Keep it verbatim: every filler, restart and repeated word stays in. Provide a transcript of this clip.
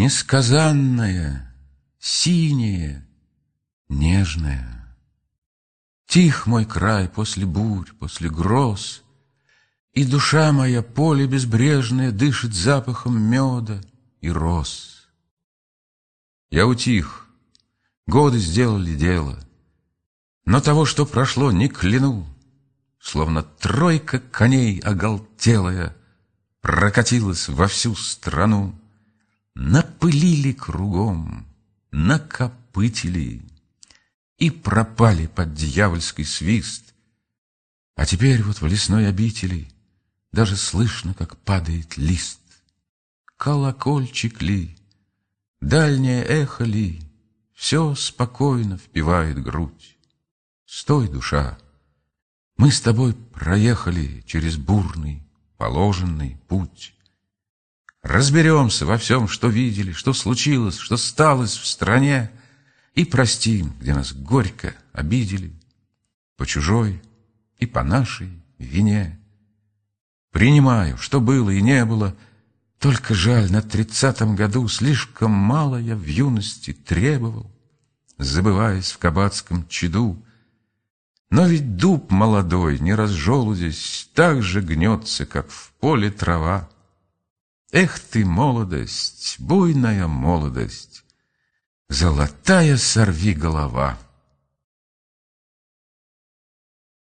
несказанное, синее, нежное. Тих мой край после бурь, после гроз, и душа моя поле безбрежное дышит запахом меда и роз. Я утих, годы сделали дело, но того, что прошло, не кляну. Словно тройка коней оголтелая прокатилась во всю страну. Напылили кругом, накопытили и пропали под дьявольский свист. А теперь вот в лесной обители даже слышно, как падает лист. Колокольчик ли, дальнее эхо ли, все спокойно впивает грудь. Стой, душа, мы с тобой проехали через бурный, положенный путь. Разберемся во всем, что видели, что случилось, что сталось в стране, и простим, где нас горько обидели, по чужой и по нашей вине. Принимаю, что было и не было, только жаль, на тридцатом году слишком мало я в юности требовал, забываясь в кабацком чаду. Но ведь дуб молодой, не разжелудясь, так же гнется, как в поле трава. Эх ты, молодость, буйная молодость, золотая сорви голова!